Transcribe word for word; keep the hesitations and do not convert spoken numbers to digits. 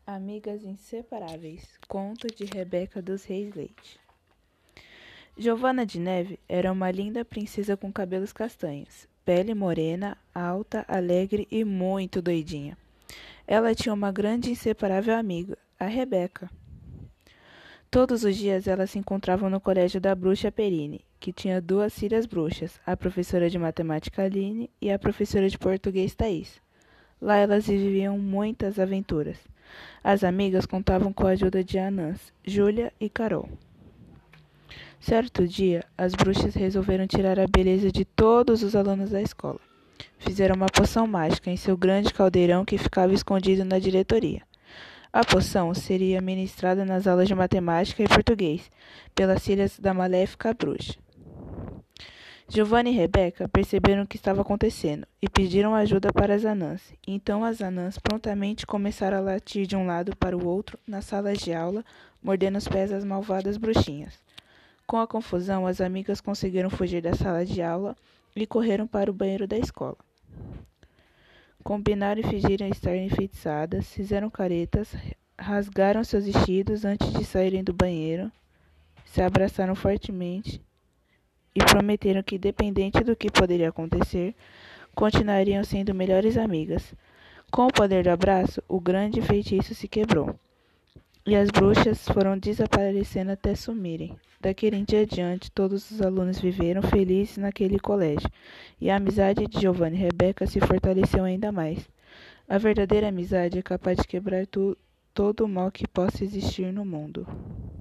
Amigas Inseparáveis. Conto de Rebeca dos Reis Leite. Giovanna de Neve era uma linda princesa com cabelos castanhos, pele morena, alta, alegre e muito doidinha. Ela tinha uma grande e inseparável amiga, a Rebeca. Todos os dias elas se encontravam no colégio da bruxa Perine, que tinha duas filhas bruxas, a professora de matemática Aline e a professora de português Thaís. Lá elas viviam muitas aventuras. As amigas contavam com a ajuda de Anãs, Júlia e Carol. Certo dia, as bruxas resolveram tirar a beleza de todos os alunos da escola. Fizeram uma poção mágica em seu grande caldeirão que ficava escondido na diretoria. A poção seria ministrada nas aulas de matemática e português, pelas filhas da maléfica bruxa. Giovanna e Rebeca perceberam o que estava acontecendo e pediram ajuda para as anãs. Então as anãs prontamente começaram a latir de um lado para o outro nas salas de aula, mordendo os pés das malvadas bruxinhas. Com a confusão, as amigas conseguiram fugir da sala de aula e correram para o banheiro da escola. Combinaram e fingiram estar enfeitiçadas, fizeram caretas, rasgaram seus vestidos antes de saírem do banheiro, se abraçaram fortemente e prometeram que, independente do que poderia acontecer, continuariam sendo melhores amigas. Com o poder do abraço, o grande feitiço se quebrou, e as bruxas foram desaparecendo até sumirem. Daquele dia adiante, todos os alunos viveram felizes naquele colégio, e a amizade de Giovanna e Rebeca se fortaleceu ainda mais. A verdadeira amizade é capaz de quebrar tu, todo o mal que possa existir no mundo.